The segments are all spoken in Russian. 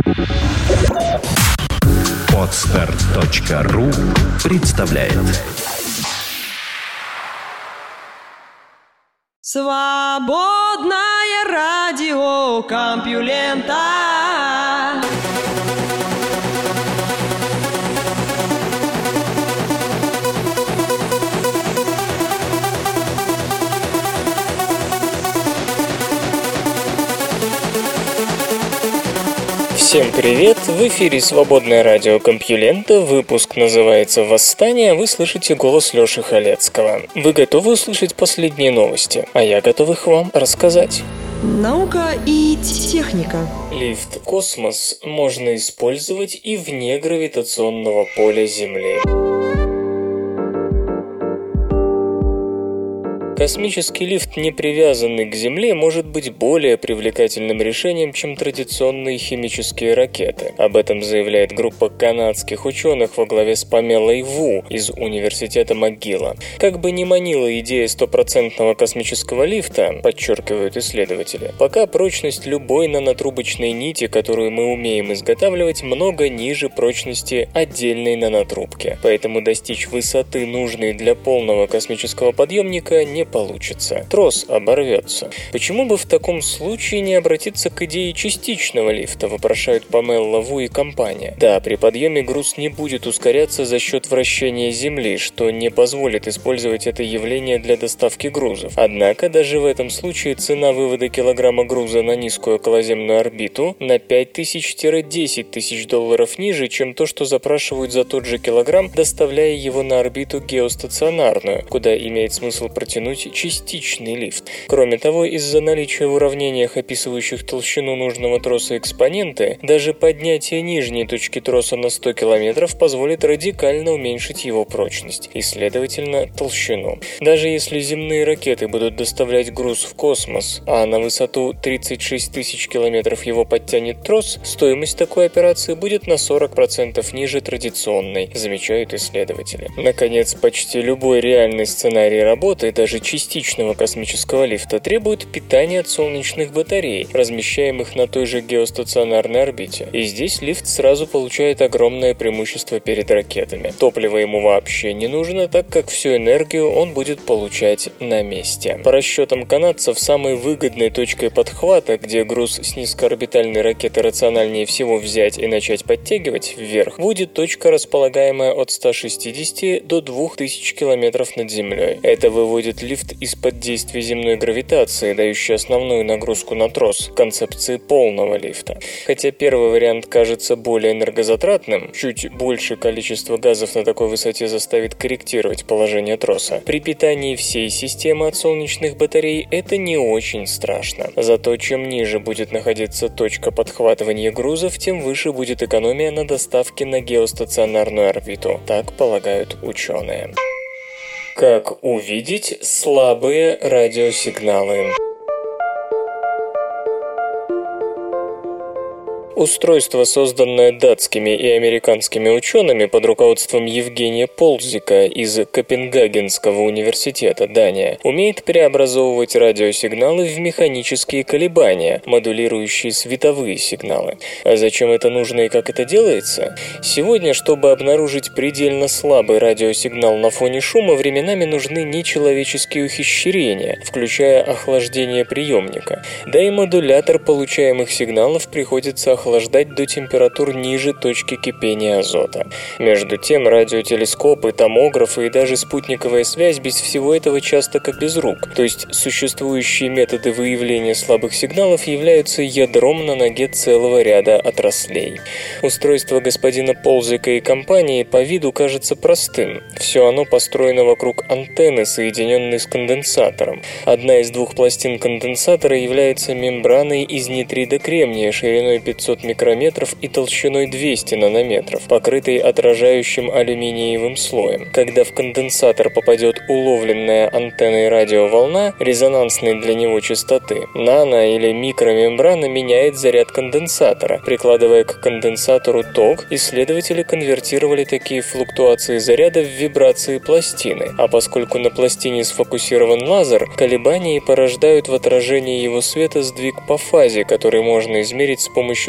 Podster.ru представляет. Свободное радио Компьюлента. Всем привет! В эфире «Свободное радио Компьюлента». Выпуск называется «Восстание». Вы слышите голос Лёши Халецкого. Вы готовы услышать последние новости? А я готов их вам рассказать. Наука и техника. Лифт в космос можно использовать и вне гравитационного поля Земли. Космический лифт, не привязанный к Земле, может быть более привлекательным решением, чем традиционные химические ракеты. Об этом заявляет группа канадских ученых во главе с Памелой Ву из университета МcGill. Как бы ни манила идея стопроцентного космического лифта, подчеркивают исследователи, пока прочность любой нанотрубочной нити, которую мы умеем изготавливать, много ниже прочности отдельной нанотрубки. Поэтому достичь высоты, нужной для полного космического подъемника, не получится. Трос оборвется. Почему бы в таком случае не обратиться к идее частичного лифта, вопрошают Памела Ву и компания. Да, при подъеме груз не будет ускоряться за счет вращения Земли, что не позволит использовать это явление для доставки грузов. Однако даже в этом случае цена вывода килограмма груза на низкую околоземную орбиту на $5000–10 000 ниже, чем то, что запрашивают за тот же килограмм, доставляя его на орбиту геостационарную, куда имеет смысл протянуть частичный лифт. Кроме того, из-за наличия в уравнениях, описывающих толщину нужного троса экспоненты, даже поднятие нижней точки троса на 100 км позволит радикально уменьшить его прочность и, следовательно, толщину. Даже если земные ракеты будут доставлять груз в космос, а на высоту 36 000 км его подтянет трос, стоимость такой операции будет на 40% ниже традиционной, замечают исследователи. Наконец, почти любой реальный сценарий работы, даже частичного космического лифта, требует питания от солнечных батарей, размещаемых на той же геостационарной орбите. И здесь лифт сразу получает огромное преимущество перед ракетами. Топливо ему вообще не нужно, так как всю энергию он будет получать на месте. По расчетам канадцев, самой выгодной точкой подхвата, где груз с низкоорбитальной ракеты рациональнее всего взять и начать подтягивать вверх, будет точка, располагаемая от 160 до 2000 км над Землей. Это выводит лифт из-под действия земной гравитации, дающей основную нагрузку на трос, концепции полного лифта. Хотя первый вариант кажется более энергозатратным, чуть больше количество газов на такой высоте заставит корректировать положение троса. При питании всей системы от солнечных батарей это не очень страшно. Зато чем ниже будет находиться точка подхватывания грузов, тем выше будет экономия на доставке на геостационарную орбиту. Так полагают ученые. Как увидеть слабые радиосигналы? Устройство, созданное датскими и американскими учеными под руководством Евгения Ползика из Копенгагенского университета, Дания, умеет преобразовывать радиосигналы в механические колебания, модулирующие световые сигналы. А зачем это нужно и как это делается? Сегодня, чтобы обнаружить предельно слабый радиосигнал на фоне шума, временами нужны нечеловеческие ухищрения, включая охлаждение приемника. Да и модулятор получаемых сигналов приходится охлаждать до температур ниже точки кипения азота. Между тем, радиотелескопы, томографы и даже спутниковая связь без всего этого часто как без рук. То есть существующие методы выявления слабых сигналов являются ядром на ноге целого ряда отраслей. Устройство господина Ползика и компании по виду кажется простым. Все оно построено вокруг антенны, соединенной с конденсатором. Одна из двух пластин конденсатора является мембраной из нитрида кремния шириной 500 микрометров и толщиной 200 нанометров, покрытой отражающим алюминиевым слоем. Когда в конденсатор попадет уловленная антенной радиоволна резонансной для него частоты, нано- или микромембрана меняет заряд конденсатора, прикладывая к конденсатору ток. Исследователи конвертировали такие флуктуации заряда в вибрации пластины, а поскольку на пластине сфокусирован лазер, колебания порождают в отражении его света сдвиг по фазе, который можно измерить с помощью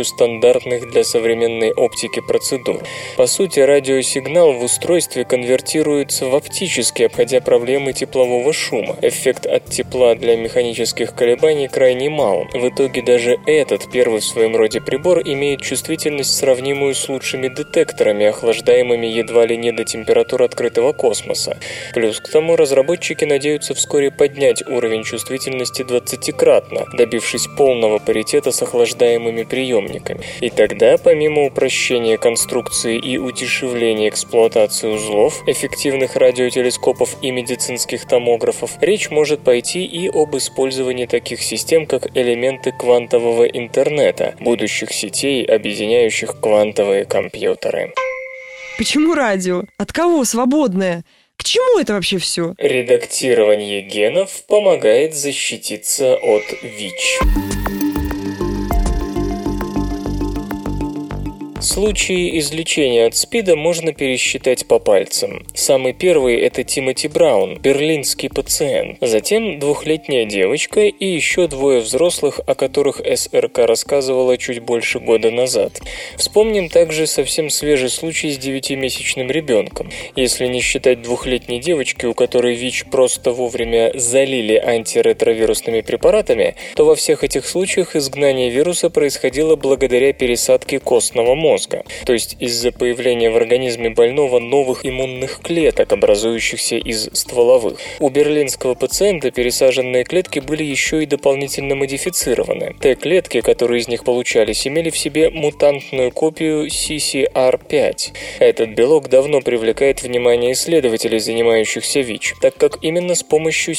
стандартных для современной оптики процедур. По сути, радиосигнал в устройстве конвертируется в оптический, обходя проблемы теплового шума. Эффект от тепла для механических колебаний крайне мал. В итоге даже этот первый в своем роде прибор имеет чувствительность, сравнимую с лучшими детекторами, охлаждаемыми едва ли не до температур открытого космоса. Плюс к тому разработчики надеются вскоре поднять уровень чувствительности 20-кратно, добившись полного паритета с охлаждаемыми приемниками. И тогда, помимо упрощения конструкции и удешевления эксплуатации узлов, эффективных радиотелескопов и медицинских томографов, речь может пойти и об использовании таких систем, как элементы квантового интернета, будущих сетей, объединяющих квантовые компьютеры. Почему радио? От кого свободное? К чему это вообще все? Редактирование генов помогает защититься от ВИЧ. Случаи излечения от СПИДа можно пересчитать по пальцам. Самый первый – это Тимоти Браун, берлинский пациент. Затем 2-летняя девочка и еще 2 взрослых, о которых СРК рассказывала чуть больше года назад. Вспомним также совсем свежий случай с 9-месячным ребенком. Если не считать 2-летней девочки, у которой ВИЧ просто вовремя залили антиретровирусными препаратами, то во всех этих случаях изгнание вируса происходило благодаря пересадке костного мозга. То есть из-за появления в организме больного новых иммунных клеток, образующихся из стволовых. У берлинского пациента пересаженные клетки были еще и дополнительно модифицированы. Т-клетки, которые из них получались, имели в себе мутантную копию CCR5. Этот белок давно привлекает внимание исследователей, занимающихся ВИЧ, так как именно с помощью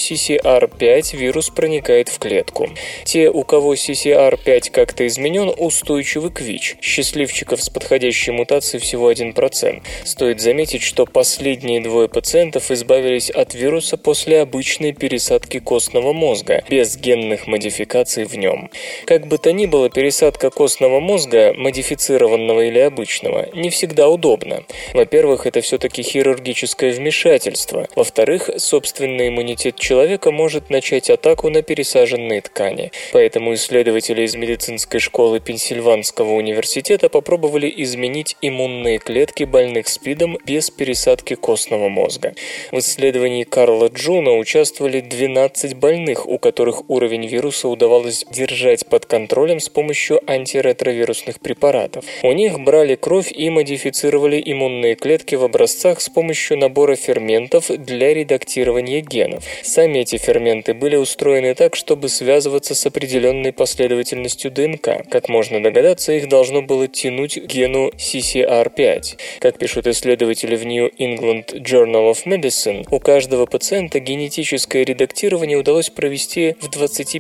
CCR5 вирус проникает в клетку. Те, у кого CCR5 как-то изменен, устойчивы к ВИЧ. Счастливчиков с подходящей мутацией всего 1%. Стоит заметить, что последние 2 пациентов избавились от вируса после обычной пересадки костного мозга, без генных модификаций в нем. Как бы то ни было, пересадка костного мозга, модифицированного или обычного, не всегда удобна. Во-первых, это все-таки хирургическое вмешательство. Во-вторых, собственный иммунитет человека может начать атаку на пересаженные ткани. Поэтому исследователи из медицинской школы Пенсильванского университета попробовали изменить иммунные клетки больных СПИДом без пересадки костного мозга. В исследовании Карла Джуна участвовали 12 больных, у которых уровень вируса удавалось держать под контролем с помощью антиретровирусных препаратов. У них брали кровь и модифицировали иммунные клетки в образцах с помощью набора ферментов для редактирования генов. Сами эти ферменты были устроены так, чтобы связываться с определенной последовательностью ДНК. Как можно догадаться, их должно было тянуть к гену CCR5. Как пишут исследователи в New England Journal of Medicine, у каждого пациента генетическое редактирование удалось провести в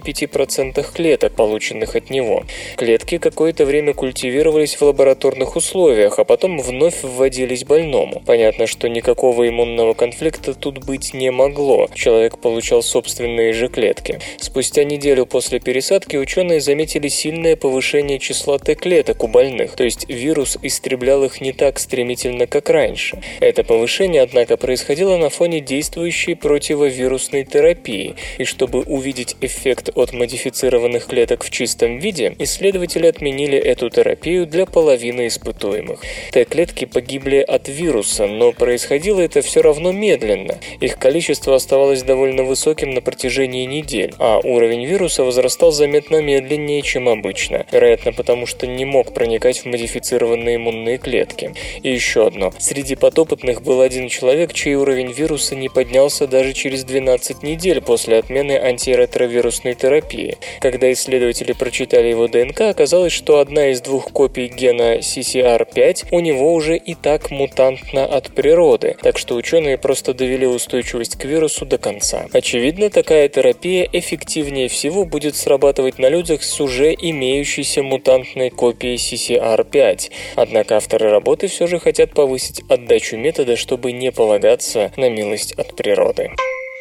25% клеток, полученных от него. Клетки какое-то время культивировались в лабораторных условиях, а потом вновь вводились больному. Понятно, что никакого иммунного конфликта тут быть не могло. Человек получал собственные же клетки. Спустя неделю после пересадки ученые заметили сильное повышение числа Т-клеток у больных, то есть вирус истреблял их не так стремительно, как раньше. Это повышение, однако, происходило на фоне действующей противовирусной терапии, и чтобы увидеть эффект от модифицированных клеток в чистом виде, исследователи отменили эту терапию для половины испытуемых. Т-клетки погибли от вируса, но происходило это все равно медленно. Их количество оставалось довольно высоким на протяжении недель, а уровень вируса возрастал заметно медленнее, чем обычно, вероятно, потому что не мог проникать в модифицированные иммунные клетки. И еще одно. Среди подопытных был один человек, чей уровень вируса не поднялся даже через 12 недель после отмены антиретровирусной терапии. Когда исследователи прочитали его ДНК, оказалось, что одна из 2 копий гена CCR5 у него уже и так мутантна от природы, так что ученые просто довели устойчивость к вирусу до конца. Очевидно, такая терапия эффективнее всего будет срабатывать на людях с уже имеющейся мутантной копией CCR5. Однако авторы работы все же хотят повысить отдачу метода, чтобы не полагаться на милость от природы.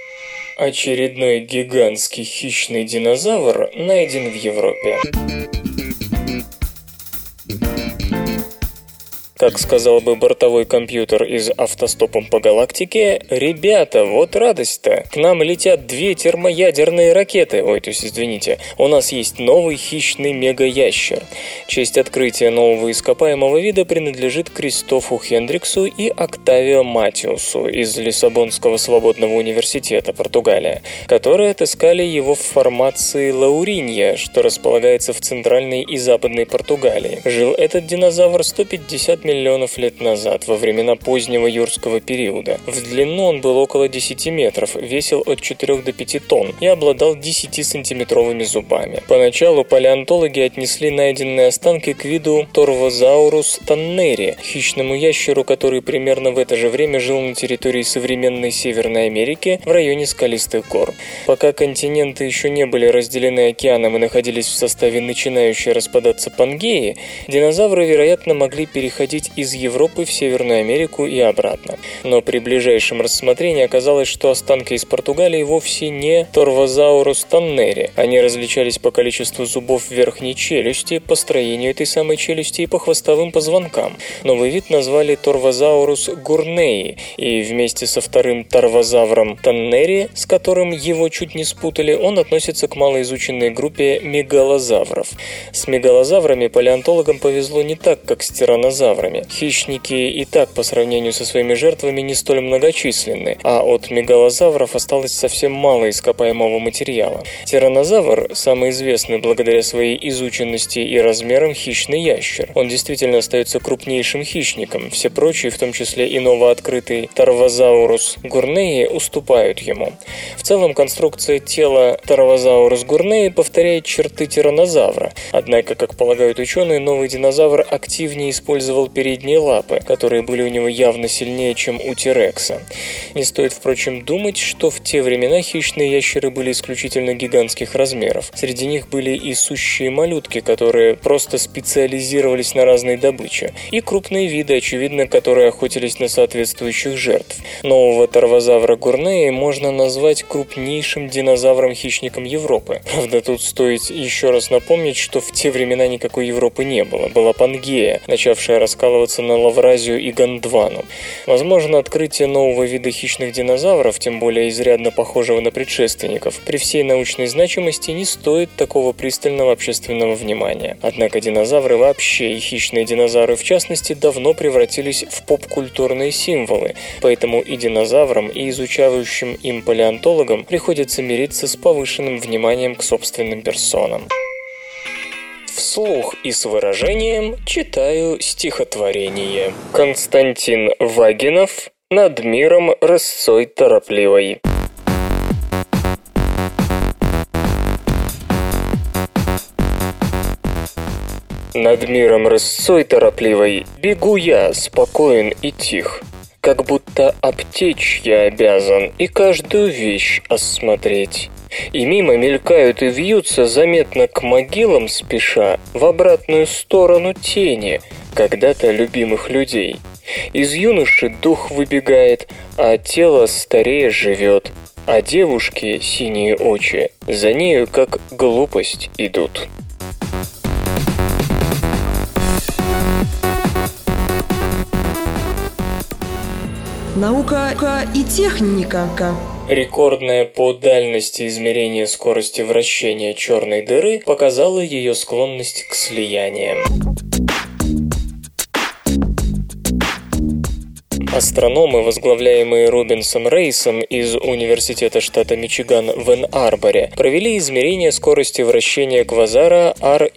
Очередной гигантский хищный динозавр найден в Европе. Как сказал бы бортовой компьютер из «Автостопом по галактике», ребята, вот радость-то. К нам летят 2 термоядерные ракеты. У нас есть новый хищный мегаящер. Честь открытия нового ископаемого вида принадлежит Кристофу Хендриксу и Октавио Матиусу из Лиссабонского свободного университета, Португалия, которые отыскали его в формации Лауринья, что располагается в центральной и западной Португалии. Жил этот динозавр 150 миллионов лет назад, во времена позднего юрского периода. В длину он был около 10 метров, весил от 4 до 5 тонн и обладал 10-сантиметровыми зубами. Поначалу палеонтологи отнесли найденные останки к виду Торвозаурус таннери, хищному ящеру, который примерно в это же время жил на территории современной Северной Америки в районе скалистых гор. Пока континенты еще не были разделены океаном и находились в составе начинающей распадаться Пангеи, динозавры, вероятно, могли переходить из Европы в Северную Америку и обратно. Но при ближайшем рассмотрении оказалось, что останки из Португалии вовсе не Торвозаурус таннери. Они различались по количеству зубов верхней челюсти, по строению этой самой челюсти и по хвостовым позвонкам. Новый вид назвали Торвозаурус гурнеи, и вместе со вторым торвозавром таннери, с которым его чуть не спутали, он относится к малоизученной группе мегалозавров. С мегалозаврами палеонтологам повезло не так, как с тираннозаврами. Хищники и так по сравнению со своими жертвами не столь многочисленны, а от мегалозавров осталось совсем мало ископаемого материала. Тираннозавр, самый известный благодаря своей изученности и размерам, хищный ящер. Он действительно остается крупнейшим хищником. Все прочие, в том числе и новооткрытый Торвозаурус гурнеи, уступают ему. В целом, конструкция тела Торвозаурус гурнеи повторяет черты тираннозавра. Однако, как полагают ученые, новый динозавр активнее использовал передние лапы, которые были у него явно сильнее, чем у Тирекса. Не стоит, впрочем, думать, что в те времена хищные ящеры были исключительно гигантских размеров. Среди них были и сущие малютки, которые просто специализировались на разной добыче, и крупные виды, очевидно, которые охотились на соответствующих жертв. Нового Торвозавра гурнеи можно назвать крупнейшим динозавром-хищником Европы. Правда, тут стоит еще раз напомнить, что в те времена никакой Европы не было. Была Пангея, начавшая раскалываться на Лавразию и Гондвану. Возможно, открытие нового вида хищных динозавров, тем более изрядно похожего на предшественников, при всей научной значимости не стоит такого пристального общественного внимания. Однако динозавры вообще, и хищные динозавры в частности, давно превратились в поп-культурные символы, поэтому и динозаврам, и изучающим им палеонтологам приходится мириться с повышенным вниманием к собственным персонам. Вслух и с выражением читаю стихотворение. Константин Вагинов «Над миром рысцой торопливой». Над миром рысцой торопливой бегу я, спокоен и тих. Как будто обтечь я обязан и каждую вещь осмотреть. И мимо мелькают и вьются, заметно к могилам спеша, в обратную сторону тени когда-то любимых людей. Из юноши дух выбегает, а тело старее живет, а девушки синие очи за нею как глупость идут. Наука и техника. Рекордная по дальности измерения скорости вращения черной дыры показала ее склонность к слияниям. Астрономы, возглавляемые Робинсом Рейсом из Университета штата Мичиган в Энн-Арборе, провели измерение скорости вращения квазара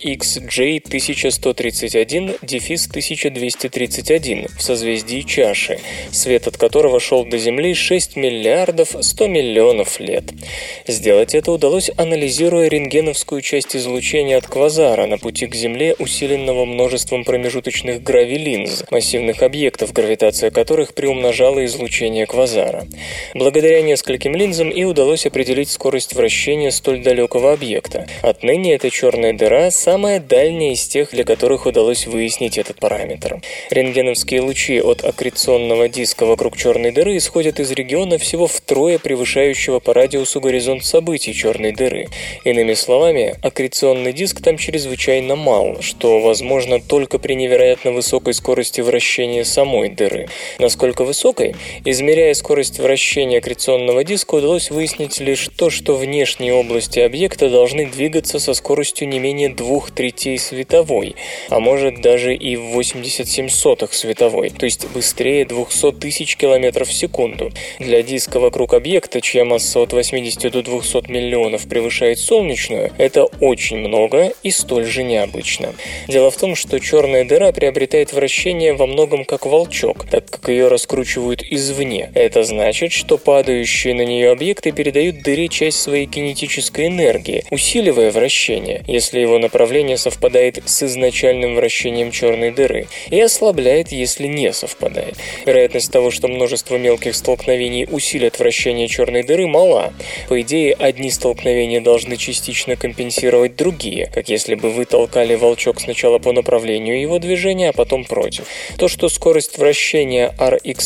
RxJ1131-1231 в созвездии Чаши, свет от которого шел до Земли 6 миллиардов 100 миллионов лет. Сделать это удалось, анализируя рентгеновскую часть излучения от квазара на пути к Земле, усиленного множеством промежуточных гравилинз, массивных объектов, гравитация которых которых приумножало излучение квазара. Благодаря нескольким линзам и удалось определить скорость вращения столь далекого объекта. Отныне эта черная дыра – самая дальняя из тех, для которых удалось выяснить этот параметр. Рентгеновские лучи от аккреционного диска вокруг черной дыры исходят из региона всего втрое превышающего по радиусу горизонт событий черной дыры. Иными словами, аккреционный диск там чрезвычайно мал, что возможно только при невероятно высокой скорости вращения самой дыры. Насколько высокой? Измеряя скорость вращения аккреционного диска, удалось выяснить лишь то, что внешние области объекта должны двигаться со скоростью не менее 2/3 световой, а может даже и в 0,87 световой, то есть быстрее 200 тысяч километров в секунду. Для диска вокруг объекта, чья масса от 80 до 200 миллионов превышает солнечную, это очень много и столь же необычно. Дело в том, что черная дыра приобретает вращение во многом как волчок, так как ее раскручивают извне. Это значит, что падающие на нее объекты передают дыре часть своей кинетической энергии, усиливая вращение, если его направление совпадает с изначальным вращением черной дыры, и ослабляет, если не совпадает. Вероятность того, что множество мелких столкновений усилят вращение черной дыры, мала. По идее, одни столкновения должны частично компенсировать другие, как если бы вы толкали волчок сначала по направлению его движения, а потом против. То, что скорость вращения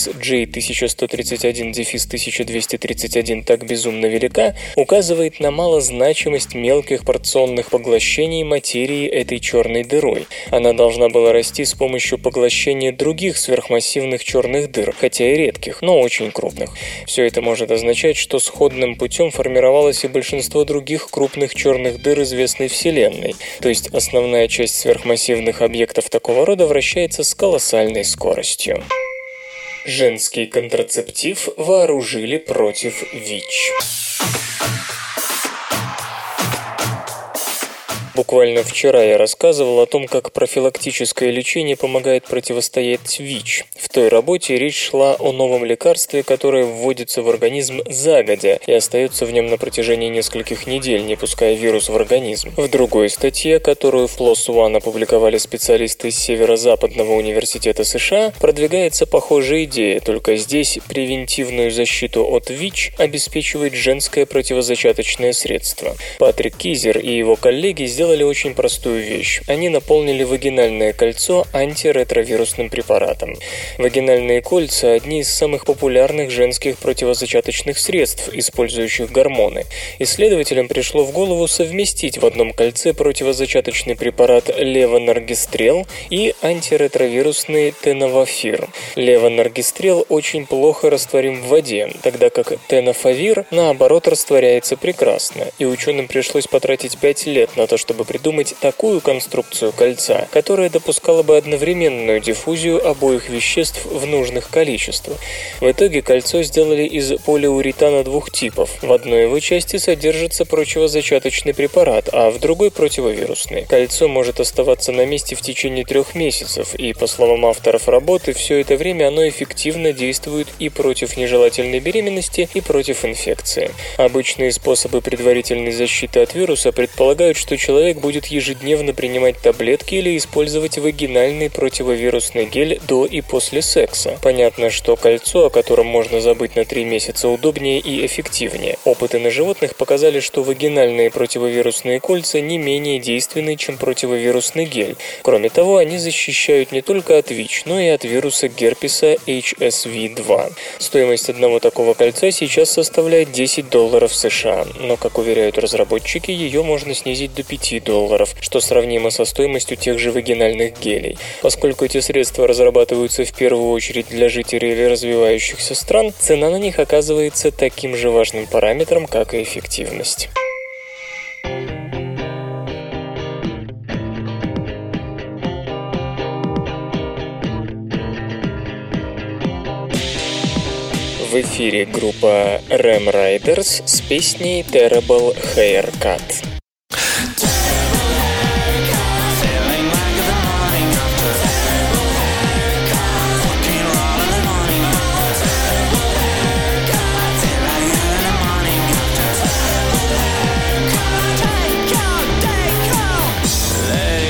RxJ1131-1231 так безумно велика, указывает на малозначимость мелких порционных поглощений материи этой черной дырой. Она должна была расти с помощью поглощения других сверхмассивных черных дыр, хотя и редких, но очень крупных. Все это может означать, что сходным путем формировалось и большинство других крупных черных дыр известной Вселенной, то есть основная часть сверхмассивных объектов такого рода вращается с колоссальной скоростью. Женский контрацептив вооружили против ВИЧ. Буквально вчера я рассказывал о том, как профилактическое лечение помогает противостоять ВИЧ. В той работе речь шла о новом лекарстве, которое вводится в организм загодя и остается в нем на протяжении нескольких недель, не пуская вирус в организм. В другой статье, которую в PLOS ONE опубликовали специалисты из Северо-Западного университета США, продвигается похожая идея, только здесь превентивную защиту от ВИЧ обеспечивает женское противозачаточное средство. Патрик Кизер и его коллеги сделали очень простую вещь. Они наполнили вагинальное кольцо антиретровирусным препаратом. Вагинальные кольца – одни из самых популярных женских противозачаточных средств, использующих гормоны. Исследователям пришло в голову совместить в одном кольце противозачаточный препарат левоноргестрел и антиретровирусный теновафир. Левоноргестрел очень плохо растворим в воде, тогда как тенофавир, наоборот, растворяется прекрасно, и ученым пришлось потратить 5 лет на то, чтобы придумать такую конструкцию кольца, которая допускала бы одновременную диффузию обоих веществ в нужных количествах. В итоге кольцо сделали из полиуретана двух типов. В одной его части содержится противозачаточный препарат, а в другой противовирусный. Кольцо может оставаться на месте в течение 3 месяцев, и, по словам авторов работы, все это время оно эффективно действует и против нежелательной беременности, и против инфекции. Обычные способы предварительной защиты от вируса предполагают, что человек будет ежедневно принимать таблетки или использовать вагинальный противовирусный гель до и после секса. Понятно, что кольцо, о котором можно забыть на 3 месяца, удобнее и эффективнее. Опыты на животных показали, что вагинальные противовирусные кольца не менее действенны, чем противовирусный гель. Кроме того, они защищают не только от ВИЧ, но и от вируса герпеса HSV-2. Стоимость одного такого кольца сейчас составляет $10 США, но, как уверяют разработчики, ее можно снизить до $5, что сравнимо со стоимостью тех же вагинальных гелей. Поскольку эти средства разрабатываются в первую очередь для жителей развивающихся стран, цена на них оказывается таким же важным параметром, как и эффективность. В эфире группа Ram Riders с песней Terrible Haircut.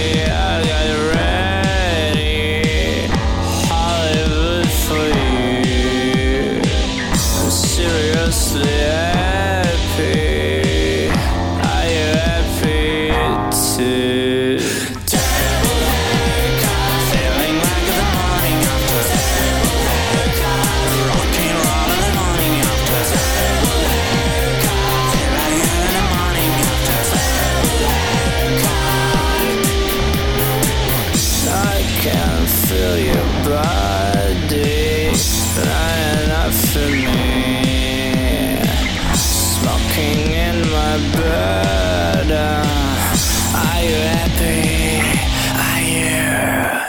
Hollywood for you. feel your body flying up for me, smoking in my bed. Are you happy? Are you?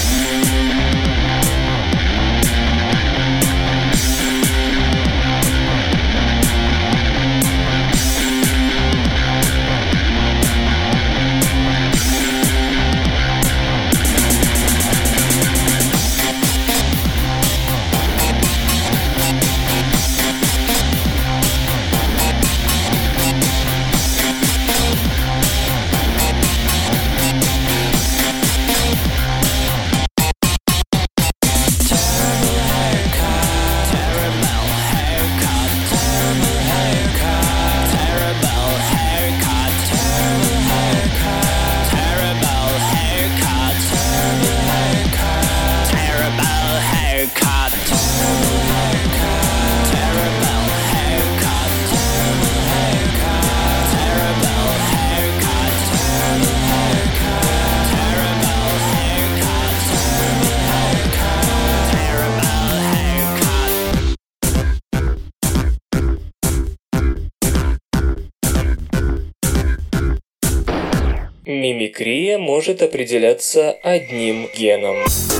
Мимикрия может определяться одним геном.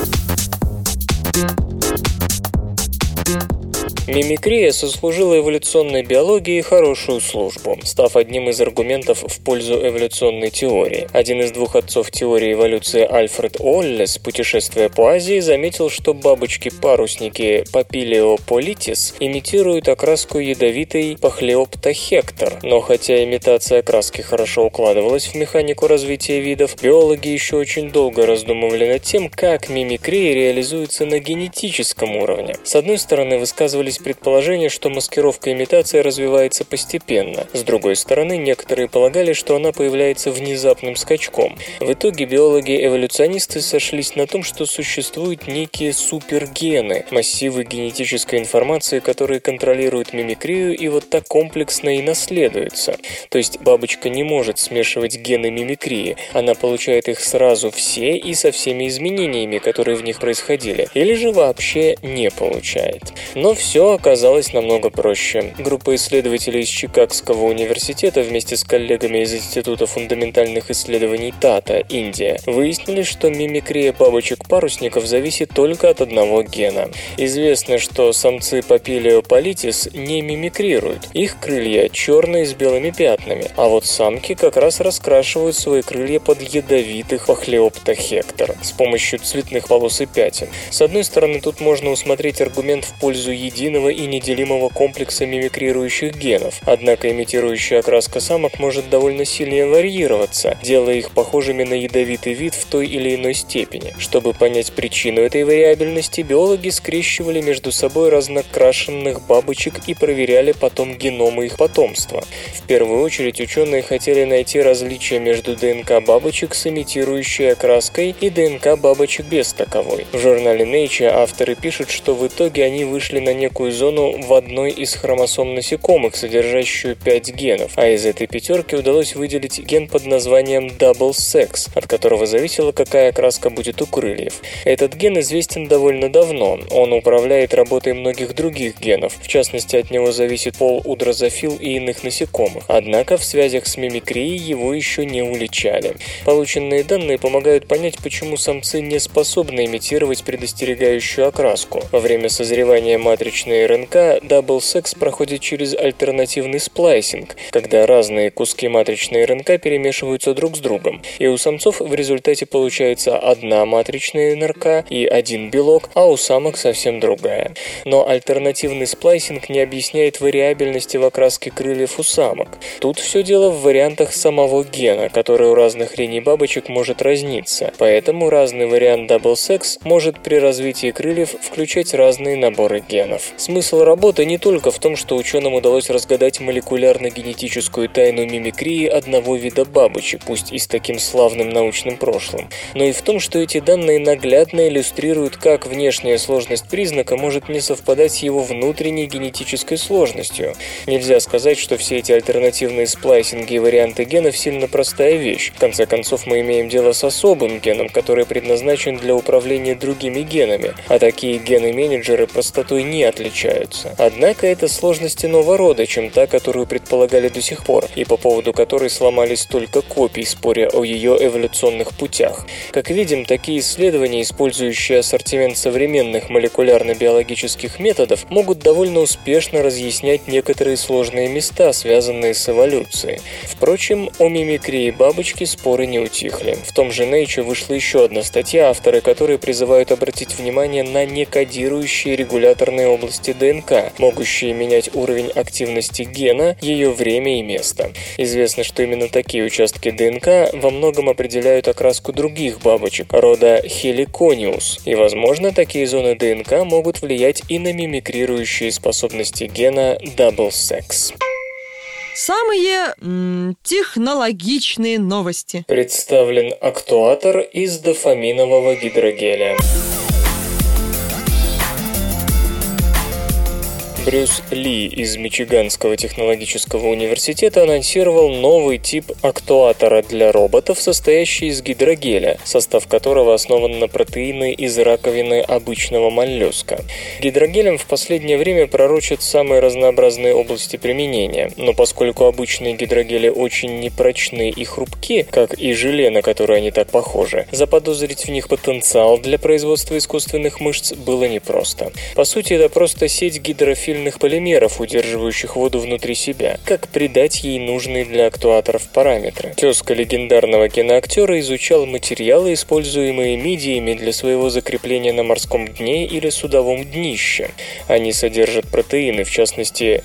Мимикрия сослужила эволюционной биологии хорошую службу, став одним из аргументов в пользу эволюционной теории. Один из двух отцов теории эволюции Альфред Оллес, путешествуя по Азии, заметил, что бабочки-парусники Papilio politis имитируют окраску ядовитой Pachleopta hector. Но хотя имитация окраски хорошо укладывалась в механику развития видов, биологи еще очень долго раздумывали над тем, как мимикрия реализуется на генетическом уровне. С одной стороны, высказывались предположение, что маскировка имитации развивается постепенно. С другой стороны, некоторые полагали, что она появляется внезапным скачком. В итоге биологи-эволюционисты сошлись на том, что существуют некие супергены, массивы генетической информации, которые контролируют мимикрию и вот так комплексно и наследуются. То есть бабочка не может смешивать гены мимикрии, она получает их сразу все и со всеми изменениями, которые в них происходили, или же вообще не получает. Но все оказалось намного проще. Группа исследователей из Чикагского университета вместе с коллегами из Института фундаментальных исследований Тата, Индия, выяснили, что мимикрия бабочек-парусников зависит только от одного гена. Известно, что самцы Papilio politis не мимикрируют. Их крылья черные с белыми пятнами, а вот самки как раз раскрашивают свои крылья под ядовитых Pachleopta hector с помощью цветных полос и пятен. С одной стороны, тут можно усмотреть аргумент в пользу единого и неделимого комплекса мимикрирующих генов, однако имитирующая окраска самок может довольно сильно варьироваться, делая их похожими на ядовитый вид в той или иной степени. Чтобы понять причину этой вариабельности, биологи скрещивали между собой разнокрашенных бабочек и проверяли потом геномы их потомства. В первую очередь ученые хотели найти различия между ДНК бабочек с имитирующей окраской и ДНК бабочек без таковой. В журнале Nature авторы пишут, что в итоге они вышли на некую зону в одной из хромосом насекомых, содержащую 5 генов, а из этой пятерки удалось выделить ген под названием Double Sex, от которого зависело, какая окраска будет у крыльев. Этот ген известен довольно давно, он управляет работой многих других генов, в частности от него зависит пол у дрозофил и иных насекомых, однако в связях с мимикрией его еще не уличали. Полученные данные помогают понять, почему самцы не способны имитировать предостерегающую окраску. Во время созревания матричной РНК Double Sex проходит через альтернативный сплайсинг, когда разные куски матричной РНК перемешиваются друг с другом, и у самцов в результате получается одна матричная РНК и один белок, а у самок совсем другая. Но альтернативный сплайсинг не объясняет вариабельности в окраске крыльев у самок. Тут все дело в вариантах самого гена, который у разных линий бабочек может разниться, поэтому разный вариант Double Sex может при развитии крыльев включать разные наборы генов. Смысл работы не только в том, что ученым удалось разгадать молекулярно-генетическую тайну мимикрии одного вида бабочек, пусть и с таким славным научным прошлым, но и в том, что эти данные наглядно иллюстрируют, как внешняя сложность признака может не совпадать с его внутренней генетической сложностью. Нельзя сказать, что все эти альтернативные сплайсинги и варианты генов сильно простая вещь. В конце концов, мы имеем дело с особым геном, который предназначен для управления другими генами, а такие гены-менеджеры простотой не отличаются. Однако это сложность иного рода, чем та, которую предполагали до сих пор, и по поводу которой сломались столько копий, споря о ее эволюционных путях. Как видим, такие исследования, использующие ассортимент современных молекулярно-биологических методов, могут довольно успешно разъяснять некоторые сложные места, связанные с эволюцией. Впрочем, о мимикрии бабочки споры не утихли. В том же Nature вышла еще одна статья, авторы которой призывают обратить внимание на некодирующие регуляторные области ДНК, могущие менять уровень активности гена, ее время и место. Известно, что именно такие участки ДНК во многом определяют окраску других бабочек рода Heliconius, и, возможно, такие зоны ДНК могут влиять и на мимикрирующие способности гена Double Sex. Самые технологичные новости. Представлен актуатор из дофаминового гидрогеля. Брюс Ли из Мичиганского технологического университета анонсировал новый тип актуатора для роботов, состоящий из гидрогеля, состав которого основан на протеины из раковины обычного моллюска. Гидрогелем в последнее время пророчат самые разнообразные области применения, но поскольку обычные гидрогели очень непрочны и хрупки, как и желе, на которое они так похожи, заподозрить в них потенциал для производства искусственных мышц было непросто. По сути, это просто сеть гидрофильных полимеров, удерживающих воду внутри себя. Как придать ей нужные для актуаторов параметры? Тезка легендарного киноактера изучал материалы, используемые мидиями для своего закрепления на морском дне или судовом днище. Они содержат протеины, в частности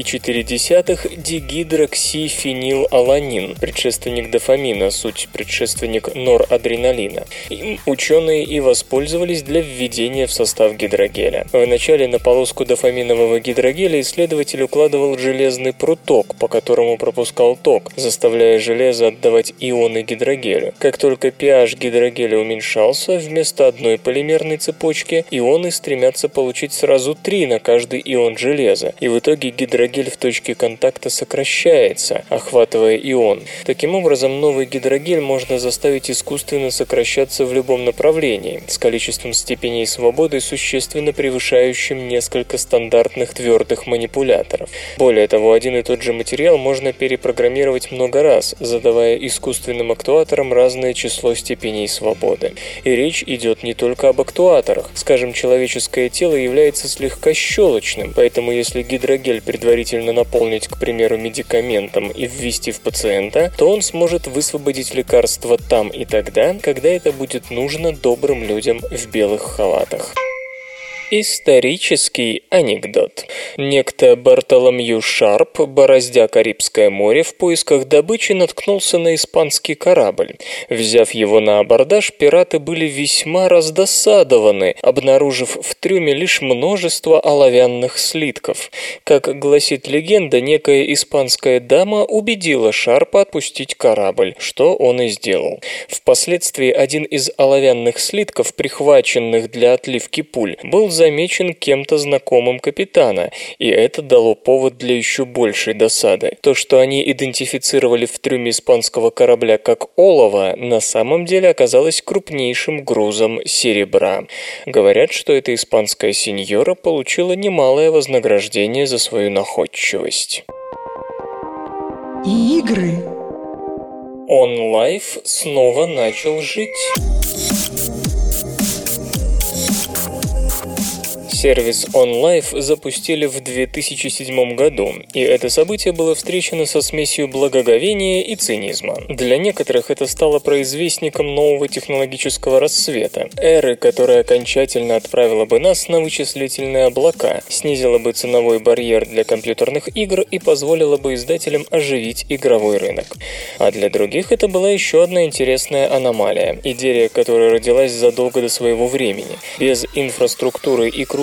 3,4-дигидроксифенилаланин, предшественник дофамина, суть предшественник норадреналина. Им ученые и воспользовались для введения в состав гидрогеля. Вначале на полоску дофаминового гидрогеля исследователь укладывал железный пруток, по которому пропускал ток, заставляя железо отдавать ионы гидрогелю. Как только pH гидрогеля уменьшался, вместо одной полимерной цепочки ионы стремятся получить сразу 3 на каждый ион железа, и в итоге гидрогель в точке контакта сокращается, охватывая ион. Таким образом, новый гидрогель можно заставить искусственно сокращаться в любом направлении, с количеством степеней свободы, существенно превышающим несколько стандартных твердых манипуляторов. Более того, один и тот же материал можно перепрограммировать много раз, задавая искусственным актуаторам разное число степеней свободы. И речь идет не только об актуаторах. Скажем, человеческое тело является слегка щелочным, поэтому если гидрогель предварительно наполнить, к примеру, медикаментом и ввести в пациента, то он сможет высвободить лекарство там и тогда, когда это будет нужно добрым людям в белых халатах. Исторический анекдот. Некто Бартоломью Шарп, бороздя Карибское море, в поисках добычи наткнулся на испанский корабль. Взяв его на абордаж, пираты были весьма раздосадованы, обнаружив в трюме лишь множество оловянных слитков. Как гласит легенда, некая испанская дама убедила Шарпа отпустить корабль, что он и сделал. Впоследствии один из оловянных слитков, прихваченных для отливки пуль, был замечен кем-то знакомым капитана, и это дало повод для еще большей досады. То, что они идентифицировали в трюме испанского корабля как олово, на самом деле оказалось крупнейшим грузом серебра. Говорят, что эта испанская сеньора получила немалое вознаграждение за свою находчивость. Игры. OnLive снова начал жить. Сервис OnLive запустили в 2007 году, и это событие было встречено со смесью благоговения и цинизма. Для некоторых это стало произвестником нового технологического расцвета, эры, которая окончательно отправила бы нас на вычислительные облака, снизила бы ценовой барьер для компьютерных игр и позволила бы издателям оживить игровой рынок. А для других это была еще одна интересная аномалия, идея, которая родилась задолго до своего времени. Без инфраструктуры и крупных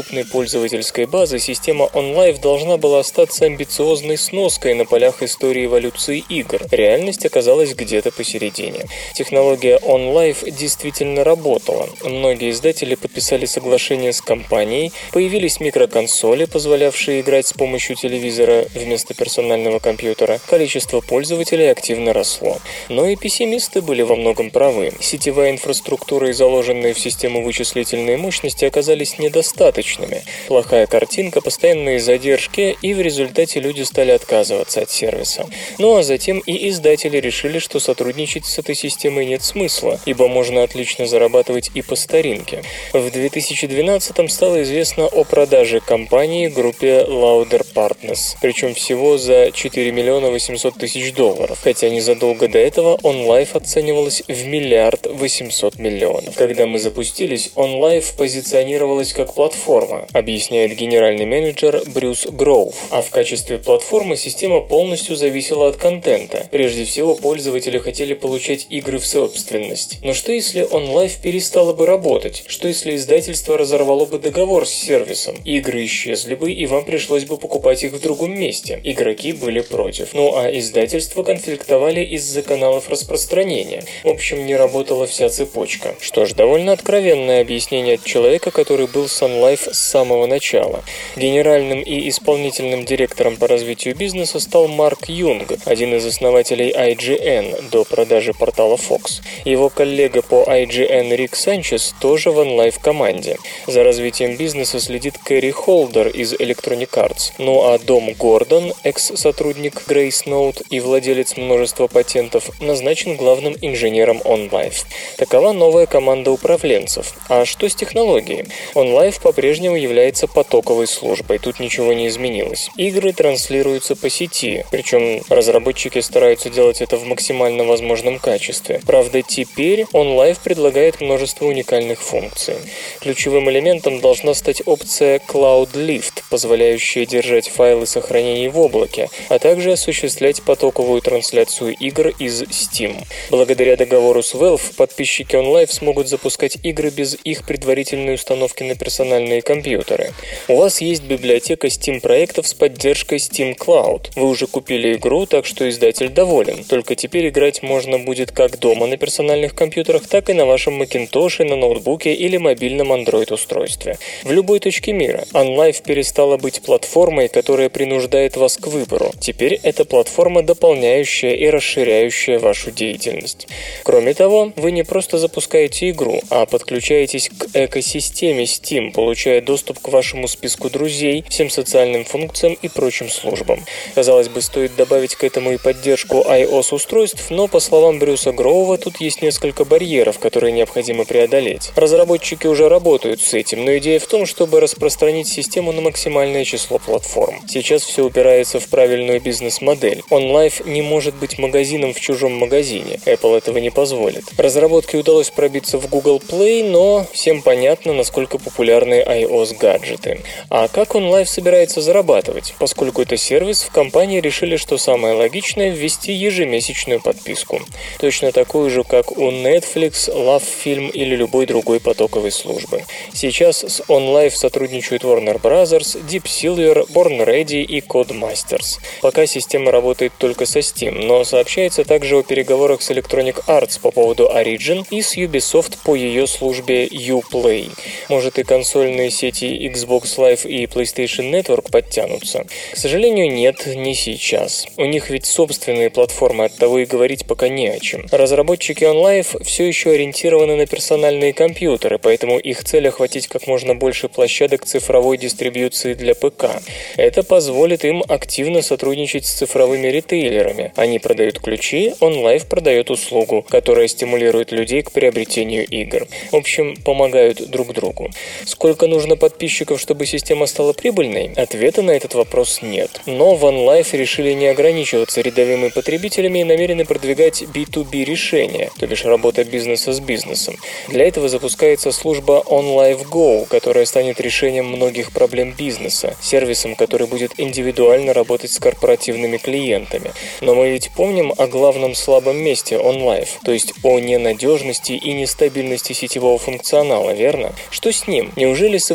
крупной пользовательской базы система OnLive должна была остаться амбициозной сноской на полях истории эволюции игр. Реальность оказалась где-то посередине. Технология OnLive действительно работала. Многие издатели подписали соглашение с компанией, появились микроконсоли, позволявшие играть с помощью телевизора вместо персонального компьютера. Количество пользователей активно росло. Но и пессимисты были во многом правы. Сетевая инфраструктура и заложенные в систему вычислительные мощности оказались недостаточными. Плохая картинка, постоянные задержки, и в результате люди стали отказываться от сервиса. Ну а затем и издатели решили, что сотрудничать с этой системой нет смысла, ибо можно отлично зарабатывать и по старинке. В 2012-м стало известно о продаже компании группе Lauder Partners, причем всего за $4 800 000, хотя незадолго до этого OnLive оценивалась в $1 800 000 000. Когда мы запустились, OnLive позиционировалась как платформа, объясняет генеральный менеджер Брюс Гроув. А в качестве платформы система полностью зависела от контента. Прежде всего, пользователи хотели получать игры в собственность. Но что если OnLive перестала бы работать? Что если издательство разорвало бы договор с сервисом? Игры исчезли бы, и вам пришлось бы покупать их в другом месте. Игроки были против. Ну а издательства конфликтовали из-за каналов распространения. В общем, не работала вся цепочка. Что ж, довольно откровенное объяснение от человека, который был с OnLive с самого начала. Генеральным и исполнительным директором по развитию бизнеса стал Марк Юнг, один из основателей IGN до продажи портала Fox. Его коллега по IGN Рик Санчес тоже в OnLive команде. За развитием бизнеса следит Кэрри Холдер из Electronic Arts. Ну а Дом Гордон, экс-сотрудник Grace Note и владелец множества патентов, назначен главным инженером OnLive. Такова новая команда управленцев. А что с технологией? OnLive по-прежнему является потоковой службой, тут ничего не изменилось. Игры транслируются по сети, причем разработчики стараются делать это в максимально возможном качестве. Правда, теперь OnLive предлагает множество уникальных функций. Ключевым элементом должна стать опция Cloud Lift, позволяющая держать файлы сохранений в облаке, а также осуществлять потоковую трансляцию игр из Steam. Благодаря договору с Valve подписчики OnLive смогут запускать игры без их предварительной установки на персональные компьютеры. У вас есть библиотека Steam-проектов с поддержкой Steam Cloud. Вы уже купили игру, так что издатель доволен. Только теперь играть можно будет как дома на персональных компьютерах, так и на вашем Macintosh, на ноутбуке или мобильном Android-устройстве. В любой точке мира. OnLive перестала быть платформой, которая принуждает вас к выбору. Теперь это платформа, дополняющая и расширяющая вашу деятельность. Кроме того, вы не просто запускаете игру, а подключаетесь к экосистеме Steam, получая доступ к вашему списку друзей, всем социальным функциям и прочим службам. Казалось бы, стоит добавить к этому и поддержку iOS-устройств, но, по словам Брюса Гроува, тут есть несколько барьеров, которые необходимо преодолеть. Разработчики уже работают с этим, но идея в том, чтобы распространить систему на максимальное число платформ. Сейчас все упирается в правильную бизнес-модель. OnLive не может быть магазином в чужом магазине. Apple этого не позволит. Разработке удалось пробиться в Google Play, но всем понятно, насколько популярны iOS-гаджеты. А как OnLive собирается зарабатывать? Поскольку это сервис, в компании решили, что самое логичное – ввести ежемесячную подписку. Точно такую же, как у Netflix, LoveFilm или любой другой потоковой службы. Сейчас с OnLive сотрудничают Warner Bros., Deep Silver, Born Ready и Codemasters. Пока система работает только со Steam, но сообщается также о переговорах с Electronic Arts по поводу Origin и с Ubisoft по ее службе Uplay. Может, и консольные сети Xbox Live и PlayStation Network подтянутся? К сожалению, нет, не сейчас. У них ведь собственные платформы, оттого и говорить пока не о чем. Разработчики OnLive все еще ориентированы на персональные компьютеры, поэтому их цель охватить как можно больше площадок цифровой дистрибьюции для ПК. Это позволит им активно сотрудничать с цифровыми ритейлерами. Они продают ключи, OnLive продает услугу, которая стимулирует людей к приобретению игр. В общем, помогают друг другу. Сколько нужно подписчиков, чтобы система стала прибыльной? Ответа на этот вопрос нет. Но в OnLive решили не ограничиваться рядовыми потребителями и намерены продвигать B2B решения, то бишь работа бизнеса с бизнесом. Для этого запускается служба OnLive Go, которая станет решением многих проблем бизнеса, сервисом, который будет индивидуально работать с корпоративными клиентами. Но мы ведь помним о главном слабом месте OnLive, то есть о ненадежности и нестабильности сетевого функционала, верно? Что с ним? Неужели современные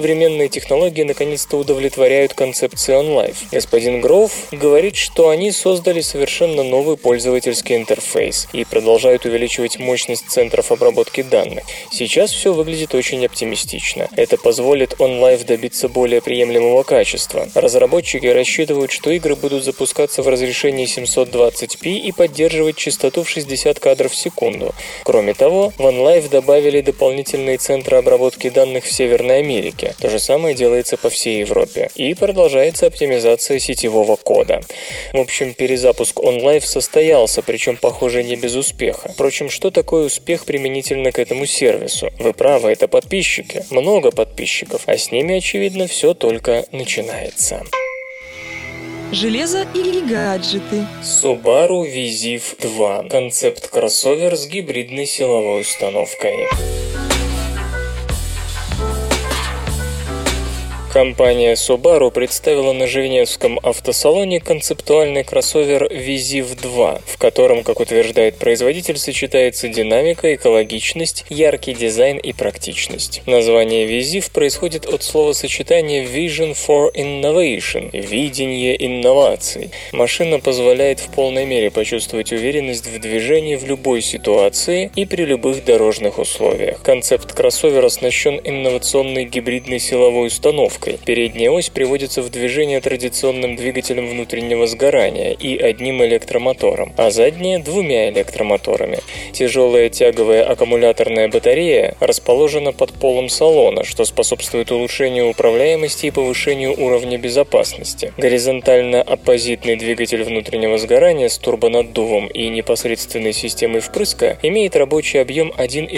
современные технологии наконец-то удовлетворяют концепции OnLive. Господин Гроув говорит, что они создали совершенно новый пользовательский интерфейс и продолжают увеличивать мощность центров обработки данных. Сейчас все выглядит очень оптимистично. Это позволит OnLive добиться более приемлемого качества. Разработчики рассчитывают, что игры будут запускаться в разрешении 720p и поддерживать частоту в 60 кадров в секунду. Кроме того, в OnLive добавили дополнительные центры обработки данных в Северной Америке. То же самое делается по всей Европе. И продолжается оптимизация сетевого кода. В общем, перезапуск OnLive состоялся, причем, похоже, не без успеха. Впрочем, что такое успех применительно к этому сервису? Вы правы, это подписчики. Много подписчиков. А с ними, очевидно, все только начинается. Железо или гаджеты? Subaru Vizziv 2. Концепт-кроссовер с гибридной силовой установкой. Компания Subaru представила на Женевском автосалоне концептуальный кроссовер Vizziv 2, в котором, как утверждает производитель, сочетается динамика, экологичность, яркий дизайн и практичность. Название Vizziv происходит от словосочетания Vision for Innovation – видение инноваций. Машина позволяет в полной мере почувствовать уверенность в движении в любой ситуации и при любых дорожных условиях. Концепт кроссовера оснащен инновационной гибридной силовой установкой. Передняя ось приводится в движение традиционным двигателем внутреннего сгорания и одним электромотором, а задняя – 2 электромоторами. Тяжелая тяговая аккумуляторная батарея расположена под полом салона, что способствует улучшению управляемости и повышению уровня безопасности. Горизонтально-оппозитный двигатель внутреннего сгорания с турбонаддувом и непосредственной системой впрыска имеет рабочий объем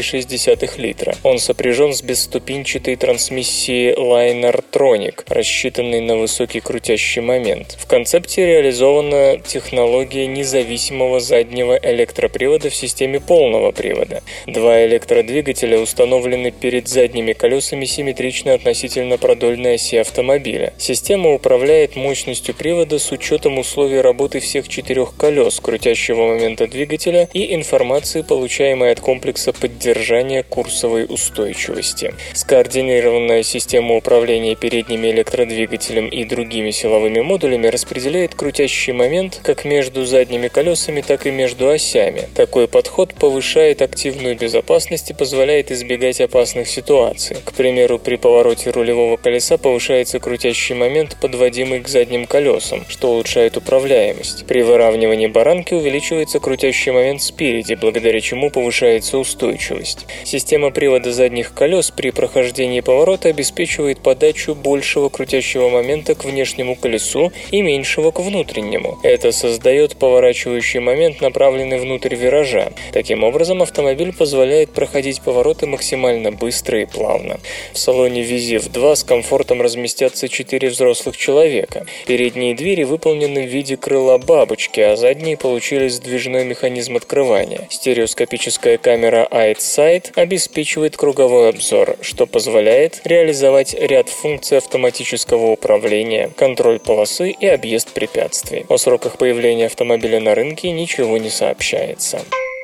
1,6 литра. Он сопряжен с бесступенчатой трансмиссией Liner Tronic, рассчитанный на высокий крутящий момент. В концепте реализована технология независимого заднего электропривода в системе полного привода. 2 электродвигателя установлены перед задними колесами симметрично относительно продольной оси автомобиля. Система управляет мощностью привода с учетом условий работы всех 4 колес, крутящего момента двигателя и информации, получаемой от комплекса поддержания курсовой устойчивости. Скоординированная система управления передними электродвигателем и другими силовыми модулями распределяет крутящий момент как между задними колесами, так и между осями. Такой подход повышает активную безопасность и позволяет избегать опасных ситуаций. К примеру, при повороте рулевого колеса повышается крутящий момент, подводимый к задним колесам, что улучшает управляемость. При выравнивании баранки увеличивается крутящий момент спереди, благодаря чему повышается устойчивость. Система привода задних колес при прохождении поворота обеспечивает подачу большего крутящего момента к внешнему колесу и меньшего к внутреннему. Это создает поворачивающий момент, направленный внутрь виража. Таким образом, автомобиль позволяет проходить повороты максимально быстро и плавно. В салоне Vizziv 2 с комфортом разместятся 4 взрослых человека. Передние двери выполнены в виде крыла бабочки, а задние получили сдвижной механизм открывания. Стереоскопическая камера EyeSight обеспечивает круговой обзор, что позволяет реализовать ряд функций автоматического управления, контроль полосы и объезд препятствий. О сроках появления автомобиля на рынке ничего не сообщается.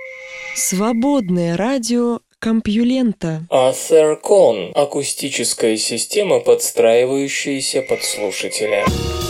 Свободное радио Компьюлента. Athercon – акустическая система, подстраивающаяся под слушателя.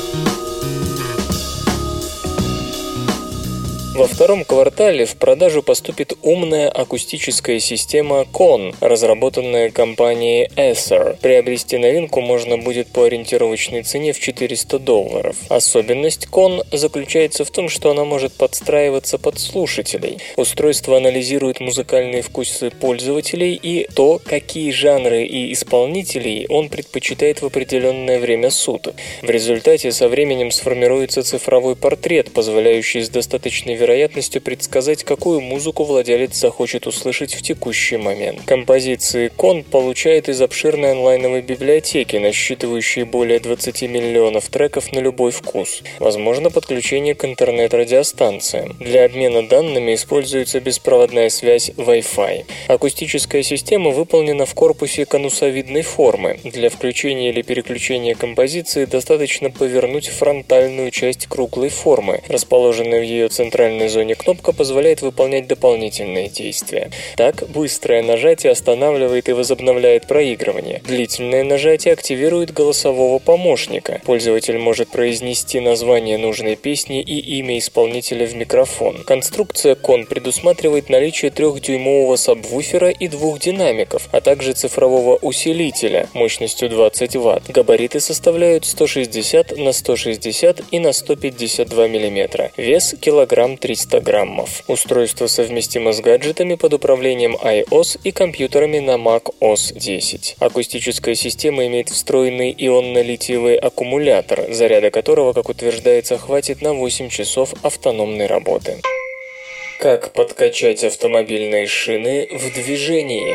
Во втором квартале в продажу поступит умная акустическая система Con, разработанная компанией Acer. Приобрести новинку можно будет по ориентировочной цене в $400. Особенность Con заключается в том, что она может подстраиваться под слушателей. Устройство анализирует музыкальные вкусы пользователей и то, какие жанры и исполнителей он предпочитает в определенное время суток. В результате со временем сформируется цифровой портрет, позволяющий с достаточной вероятностью предсказать, какую музыку владелец захочет услышать в текущий момент. Композиции Con получает из обширной онлайновой библиотеки, насчитывающей более 20 миллионов треков на любой вкус. Возможно подключение к интернет-радиостанциям. Для обмена данными используется беспроводная связь Wi-Fi. Акустическая система выполнена в корпусе конусовидной формы. Для включения или переключения композиции достаточно повернуть фронтальную часть круглой формы, расположенной в ее центральной центральной зоне кнопка позволяет выполнять дополнительные действия. Так, быстрое нажатие останавливает и возобновляет проигрывание. Длительное нажатие активирует голосового помощника. Пользователь может произнести название нужной песни и имя исполнителя в микрофон. Конструкция Con предусматривает наличие 3-дюймового сабвуфера и 2 динамиков, а также цифрового усилителя мощностью 20 Вт. Габариты составляют 160 на 160 и на 152 мм. Вес килограмм 300 граммов. Устройство совместимо с гаджетами под управлением iOS и компьютерами на Mac OS X. Акустическая система имеет встроенный ионно-литиевый аккумулятор, заряда которого, как утверждается, хватит на 8 часов автономной работы. Как подкачать автомобильные шины в движении?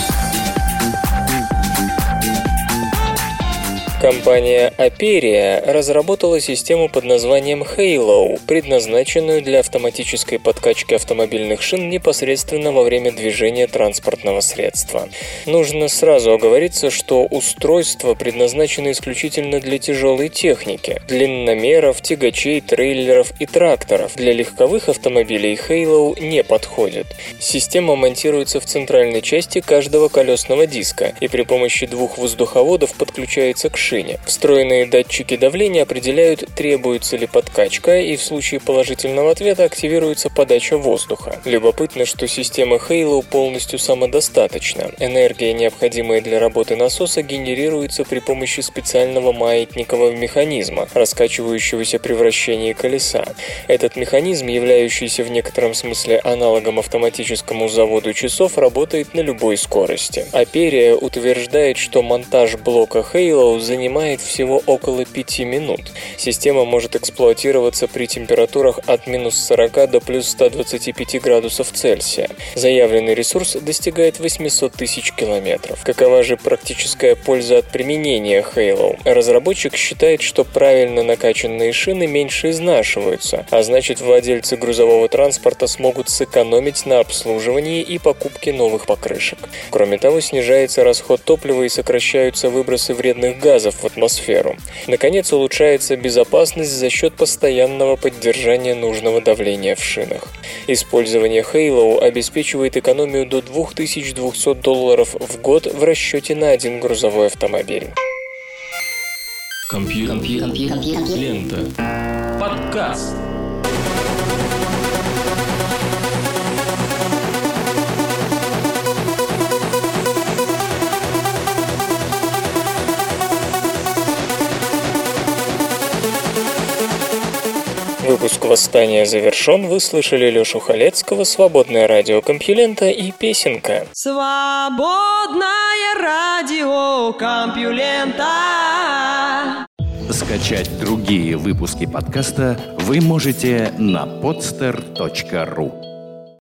Компания Aperia разработала систему под названием Halo, предназначенную для автоматической подкачки автомобильных шин непосредственно во время движения транспортного средства. Нужно сразу оговориться, что устройство предназначено исключительно для тяжелой техники, длинномеров, тягачей, трейлеров и тракторов. Для легковых автомобилей Halo не подходит. Система монтируется в центральной части каждого колесного диска и при помощи 2 воздуховодов подключается к шине. Встроенные датчики давления определяют, требуется ли подкачка, и в случае положительного ответа активируется подача воздуха. Любопытно, что система Halo полностью самодостаточна. Энергия, необходимая для работы насоса, генерируется при помощи специального маятникового механизма, раскачивающегося при вращении колеса. Этот механизм, являющийся в некотором смысле аналогом автоматическому заводу часов, работает на любой скорости. Aperia утверждает, что монтаж блока Halo занимает всего около 5 минут. Система может эксплуатироваться при температурах от минус 40 до плюс 125 градусов Цельсия. Заявленный ресурс достигает 800 тысяч километров. Какова же практическая польза от применения Halo? Разработчик считает, что правильно накачанные шины меньше изнашиваются, а значит, владельцы грузового транспорта смогут сэкономить на обслуживании и покупке новых покрышек. Кроме того, снижается расход топлива и сокращаются выбросы вредных газов в атмосферу. Наконец, улучшается безопасность за счет постоянного поддержания нужного давления в шинах. Использование Halo обеспечивает экономию до $2200 в год в расчете на один грузовой автомобиль. Лента. Подкаст. Выпуск «Восстания» завершен. Вы слышали Лёшу Халецкого, «Свободное радио Компьюлента» и «Песенка». Свободное радио Компьюлента. Скачать другие выпуски подкаста вы можете на podster.ru.